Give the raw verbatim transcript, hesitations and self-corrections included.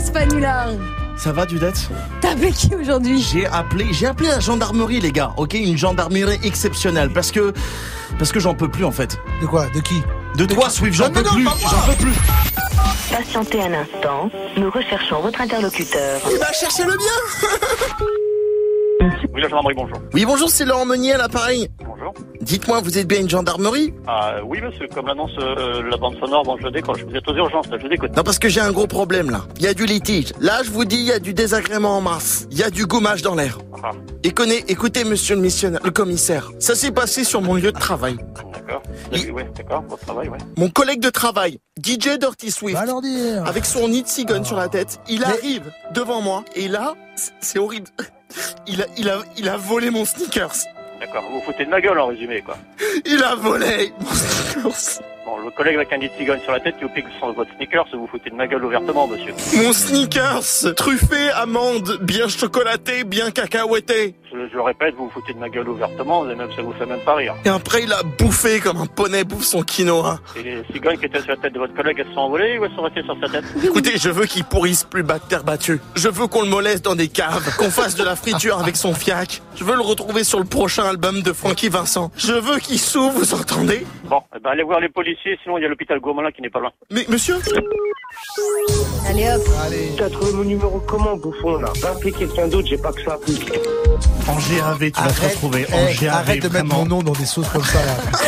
Spagnula. Ça va, Dudette? T'as appelé qui aujourd'hui? J'ai appelé, j'ai appelé la gendarmerie, les gars. Ok, une gendarmerie exceptionnelle, parce que, parce que j'en peux plus en fait. De quoi? De qui? De, de toi, qui? Swift, j'en ah, peux non, plus. non, J'en peux plus. Patientez un instant, nous recherchons votre interlocuteur. Il va chercher le bien. Oui, la gendarmerie, bonjour. Oui, bonjour, c'est Laurent Meunier à l'appareil. Bonjour. Dites-moi, vous êtes bien une gendarmerie? Ah, oui, monsieur, comme l'annonce euh, la bande sonore, bon, je décroche. Vous êtes aux urgences, là, je décote. Non, parce que j'ai un gros problème, là. Il y a du litige. Là, je vous dis, il y a du désagrément en masse. Il y a du gommage dans l'air. Ah. Écoutez, écoutez, monsieur le missionnaire, le commissaire. Ça s'est passé sur mon lieu de travail. D'accord. Il... Oui, d'accord, votre travail, ouais. Mon collègue de travail, D J Dirty Swift, va leur dire. avec son nid de cigogne Oh. sur la tête, il Mais... arrive devant moi, et là, c'est, c'est horrible. Il a, il a, il a volé mon sneakers. D'accord, vous vous foutez de ma gueule, en résumé, quoi. Il a volé mon sneakers. Bon, le collègue avec un nid de cigogne sur la tête qui vous pique sur votre sneaker, vous vous foutez de ma gueule ouvertement, monsieur. Mon sneakers, truffé, amande, bien chocolaté, bien cacahuété. Je, je répète, vous vous foutez de ma gueule ouvertement, et même ça vous fait même pas rire. Et après, il a bouffé comme un poney bouffe son quinoa. Et les cigognes qui étaient sur la tête de votre collègue, elles se sont envolées ou elles sont restées sur sa tête? Écoutez, je veux qu'il pourrisse plus bas de terre battue. Je veux qu'on le moleste dans des caves, qu'on fasse de la friture avec son fiac. Je veux le retrouver sur le prochain album de Francky Vincent. Je veux qu'il s'ouvre, vous entendez? Bon, eh ben, allez voir les policiers, sinon il y a l'hôpital Gourmelin qui n'est pas loin. Mais monsieur? Allez hop. Allez. T'as trouvé mon numéro comment, bouffon, là? Va appeler quelqu'un d'autre, j'ai pas que ça. En G A V, tu vas te retrouver. En eh, G A V, arrête de mettre vraiment. mon nom dans des sauces comme ça, là.